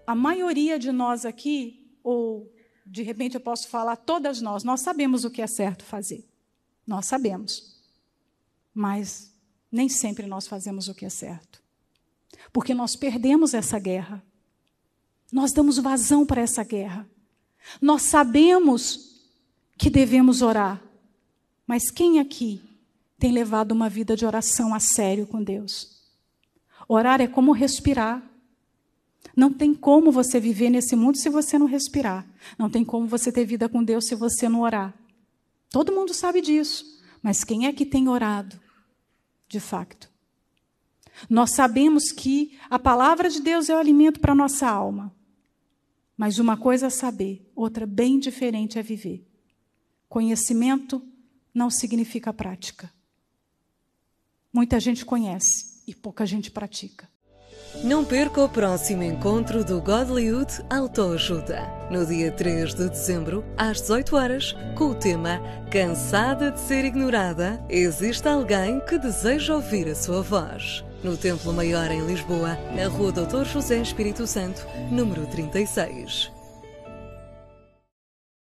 a maioria de nós aqui, ou de repente eu posso falar todas nós sabemos o que é certo fazer. Nós sabemos. Mas nem sempre nós fazemos o que é certo. Porque nós perdemos essa guerra. Nós damos vazão para essa guerra. Nós sabemos que devemos orar. Mas quem aqui tem levado uma vida de oração a sério com Deus? Orar é como respirar. Não tem como você viver nesse mundo se você não respirar. Não tem como você ter vida com Deus se você não orar. Todo mundo sabe disso. Mas quem é que tem orado, de fato? Nós sabemos que a palavra de Deus é o alimento para a nossa alma. Mas uma coisa é saber, outra bem diferente é viver. Conhecimento não significa prática. Muita gente conhece e pouca gente pratica. Não perca o próximo encontro do Godlywood Autoajuda, no dia 3 de dezembro, às 18 horas, com o tema Cansada de ser ignorada? Existe alguém que deseja ouvir a sua voz? No Templo Maior em Lisboa, na Rua Dr. José Espírito Santo, número 36.